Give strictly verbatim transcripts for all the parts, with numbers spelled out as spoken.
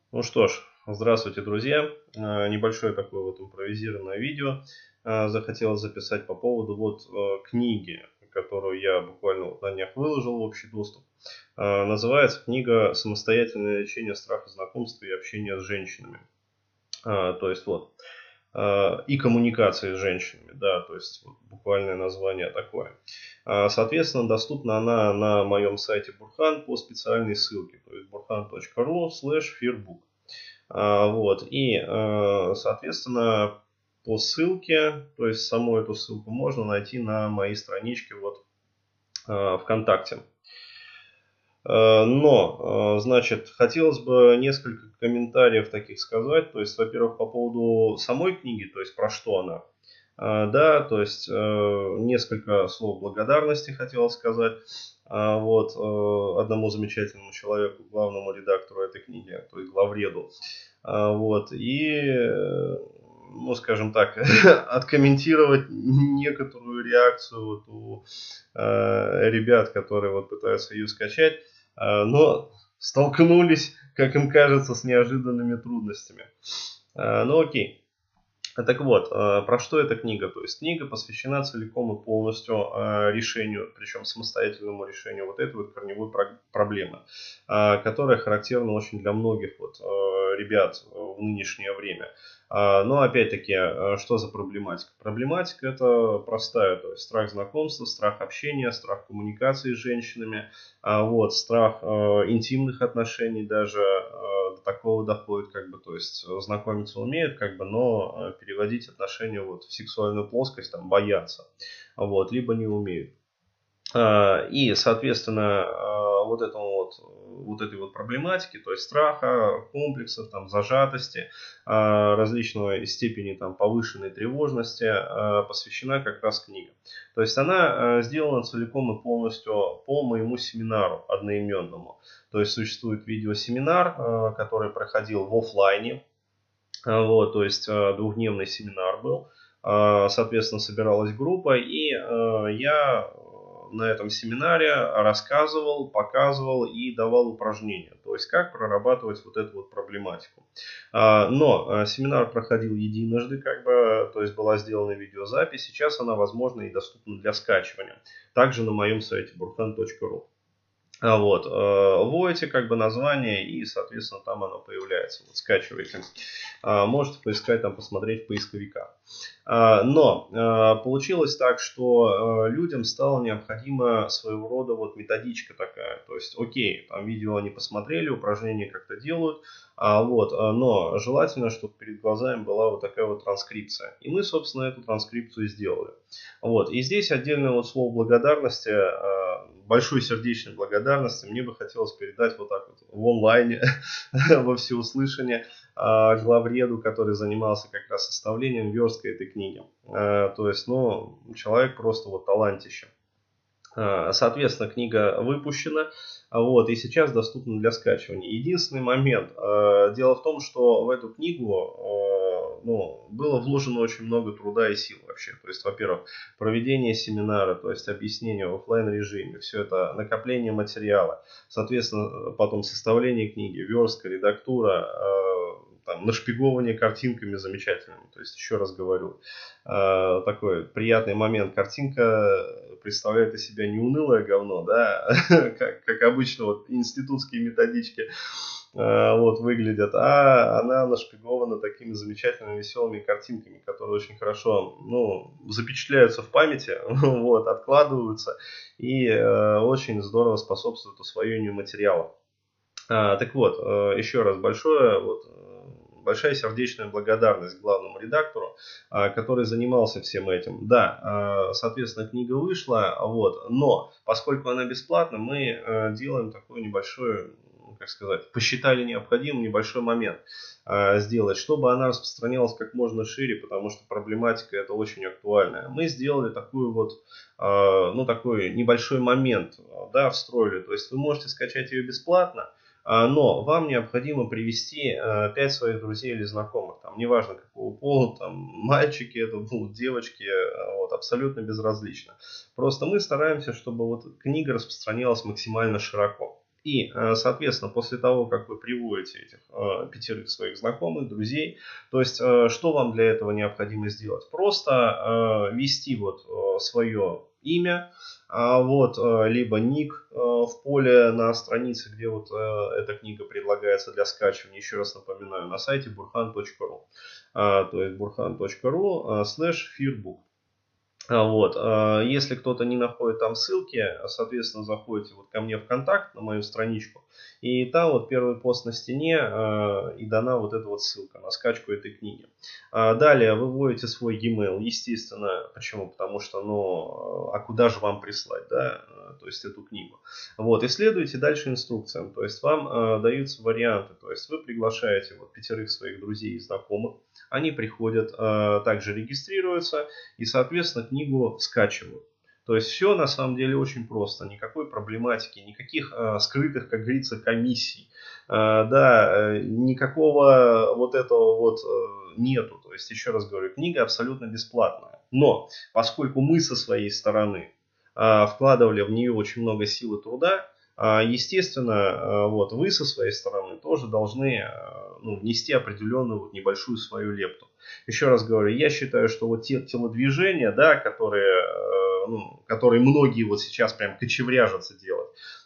Ну что ж, здравствуйте, друзья. Э, Небольшое такое вот импровизированное видео э, захотелось записать по поводу вот э, книги, которую я буквально вот на днях выложил в общий доступ. Э, Называется книга «Самостоятельное лечение страха знакомства и общения с женщинами». А, То есть вот э, и коммуникации с женщинами, да, то есть вот буквальное название такое. А, Соответственно, доступна она на моем сайте Бурхан по специальной ссылке, то есть burhan.ru slash fearbook. А, Вот. И, э, соответственно, по ссылке, то есть саму эту ссылку можно найти на моей страничке вот э, ВКонтакте. Э, Но, э, значит, хотелось бы несколько комментариев таких сказать. То есть, во-первых, по поводу самой книги, то есть про что она. Э, Да, то есть э, несколько слов благодарности хотелось сказать. А, Вот, э, одному замечательному человеку, главному редактору этой книги, то есть главреду. А, Вот, и, э, ну, скажем так, откомментировать некоторую реакцию вот у э, ребят, которые вот пытаются ее скачать, э, но столкнулись, как им кажется, с неожиданными трудностями. Э, Ну окей. Так вот, э, про что эта книга? То есть книга посвящена целиком и полностью э, решению, причем самостоятельному решению вот этой вот корневой про- проблемы, э, которая характерна очень для многих вот, э, ребят в нынешнее время. А, Но опять-таки, э, что за проблематика? Проблематика это простая, то есть страх знакомства, страх общения, страх коммуникации с женщинами, а, вот, страх э, интимных отношений даже э, до такого доходит, как бы, то есть э, знакомиться умеют, как бы, но э, переводить отношения вот в сексуальную плоскость там боятся, вот, либо не умеют. А, И, соответственно, а, вот этому вот, вот этой вот проблематики, то есть страха, комплексов, там, зажатости, а, различной степени там, повышенной тревожности а, посвящена как раз книга. То есть она а, сделана целиком и полностью по моему семинару одноименному. То есть существует видеосеминар, а, который проходил в офлайне, а, вот, то есть а, двухдневный семинар был. А, Соответственно, собиралась группа, и а, я на этом семинаре рассказывал, показывал и давал упражнения, то есть как прорабатывать вот эту вот проблематику. А, Но а, семинар проходил единожды, как бы, то есть была сделана видеозапись, сейчас она возможна и доступна для скачивания, также на моем сайте burhan точка ру. А Вот, э, вводите как бы название и, соответственно, там оно появляется. Вот, скачиваете. А, Можете поискать там, посмотреть в поисковиках. А, Но а, получилось так, что а, людям стало необходима своего рода вот методичка такая. То есть, окей, там видео они посмотрели, упражнения как-то делают, а, вот, а, но желательно, чтобы перед глазами была вот такая вот транскрипция. И мы, собственно, эту транскрипцию сделали. Вот. И здесь отдельное вот слово благодарности, э, большой сердечной благодарности мне бы хотелось передать вот так вот в онлайне, во всеуслышание, э, главреду, который занимался как раз составлением версткой этой книги. Э, То есть, ну, человек просто вот талантище. Э, Соответственно, книга выпущена, а вот, и сейчас доступна для скачивания. Единственный момент. э, Дело в том, что в эту книгу э, ну, было вложено очень много труда и сил вообще. То есть, во-первых, проведение семинара, то есть объяснение в офлайн режиме, все это накопление материала, соответственно, потом составление книги, верстка, редактура, э, там, нашпигование картинками замечательными. То есть, еще раз говорю, э, такой приятный момент. Картинка представляет из себя не унылое говно, да, как, как обычно вот институтские методички э, вот выглядят, а она нашпигована такими замечательными веселыми картинками, которые очень хорошо, ну, запечатляются в памяти, вот, откладываются и э, очень здорово способствуют усвоению материала. А, так вот, э, еще раз большое, вот, э, большая сердечная благодарность главному редактору, а, который занимался всем этим. Да, а, соответственно, книга вышла, вот, но поскольку она бесплатна, мы э, делаем такой небольшой, ну, как сказать, посчитали необходимым небольшой момент а, сделать, чтобы она распространялась как можно шире, потому что проблематика это очень актуальная. Мы сделали такую вот, а, ну, такой небольшой момент, да, встроили. То есть вы можете скачать ее бесплатно, а, но вам необходимо привести э, пять своих друзей или знакомых, там, неважно какого пола, там, мальчики это будут, девочки, э, вот, абсолютно безразлично. Просто мы стараемся, чтобы вот книга распространялась максимально широко. И, соответственно, после того, как вы приводите этих э, пятерых своих знакомых, друзей, то есть, э, что вам для этого необходимо сделать? Просто э, ввести вот э, свое имя, а вот, э, либо ник э, в поле на странице, где вот э, эта книга предлагается для скачивания. Еще раз напоминаю, на сайте бурхан точка ру, э, то есть бурхан точка ру слэш fearbook. Вот. Если кто-то не находит там ссылки, соответственно, заходите вот ко мне в контакт, на мою страничку, и там вот первый пост на стене, и дана вот эта вот ссылка на скачку этой книги. Далее вы вводите свой e-mail, естественно. Почему? Потому что, ну, а куда же вам прислать, да, то есть эту книгу. Вот, и следуйте дальше инструкциям, то есть вам даются варианты, то есть вы приглашаете вот пятерых своих друзей и знакомых, они приходят, также регистрируются и, соответственно, книгу скачивают. То есть все на самом деле очень просто, никакой проблематики, никаких э, скрытых, как говорится, комиссий, э, да, э, никакого вот этого вот э, нету. То есть, еще раз говорю, книга абсолютно бесплатная. Но поскольку мы со своей стороны э, вкладывали в нее очень много сил и труда, э, естественно, э, вот вы со своей стороны тоже должны э, ну, внести определенную вот небольшую свою лепту. Еще раз говорю, я считаю, что вот те телодвижения, да, которые, э, ну, которые многие вот сейчас прям кочевряжутся делать,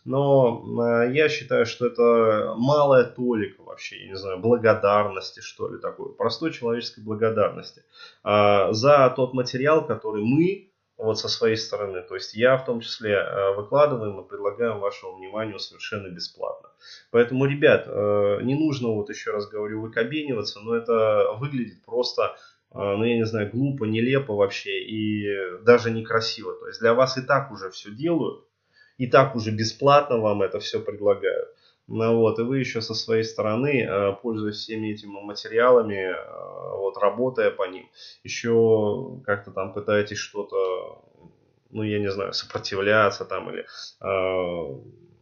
но э, я считаю, что это малая толика вообще, я не знаю, благодарности, что ли, такой, простой человеческой благодарности э, за тот материал, который мы вот со своей стороны, то есть я в том числе э, выкладываем и предлагаем вашему вниманию совершенно бесплатно. Поэтому, ребят, э, не нужно, вот еще раз говорю, выкобениваться, но это выглядит просто, э, ну я не знаю, глупо, нелепо вообще и даже некрасиво. То есть для вас и так уже все делают, и так уже бесплатно вам это все предлагают. Ну вот, и вы еще со своей стороны, э, пользуясь всеми этими материалами, э, вот, работая по ним, еще как-то там пытаетесь что-то, ну я не знаю, сопротивляться там или... Э,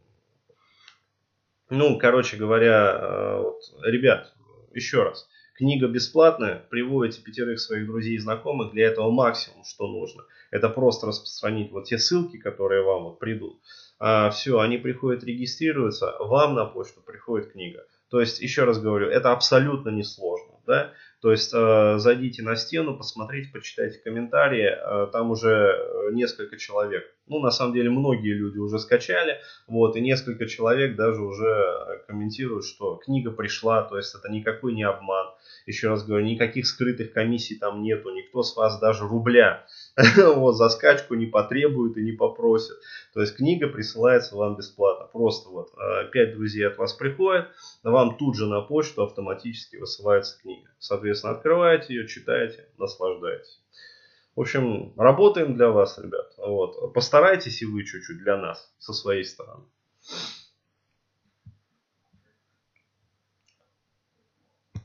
ну, короче говоря, э, вот, ребят, еще раз. Книга бесплатная, приводите пятерых своих друзей и знакомых, для этого максимум, что нужно. Это просто распространить вот те ссылки, которые вам вот придут. А, все, они приходят, регистрируются, вам на почту приходит книга. То есть, еще раз говорю, это абсолютно несложно. Да? То есть, э, зайдите на стену, посмотрите, почитайте комментарии, э, там уже несколько человек. Ну, на самом деле, многие люди уже скачали, вот, и несколько человек даже уже комментируют, что книга пришла, то есть это никакой не обман. Еще раз говорю, никаких скрытых комиссий там нету, никто с вас даже рубля вот, за скачку не потребует и не попросит. То есть книга присылается вам бесплатно. Просто вот пять друзей от вас приходят, вам тут же на почту автоматически высылается книга. Соответственно, открываете ее, читаете, наслаждаетесь. В общем, работаем для вас, ребят. Вот. Постарайтесь и вы чуть-чуть для нас, со своей стороны.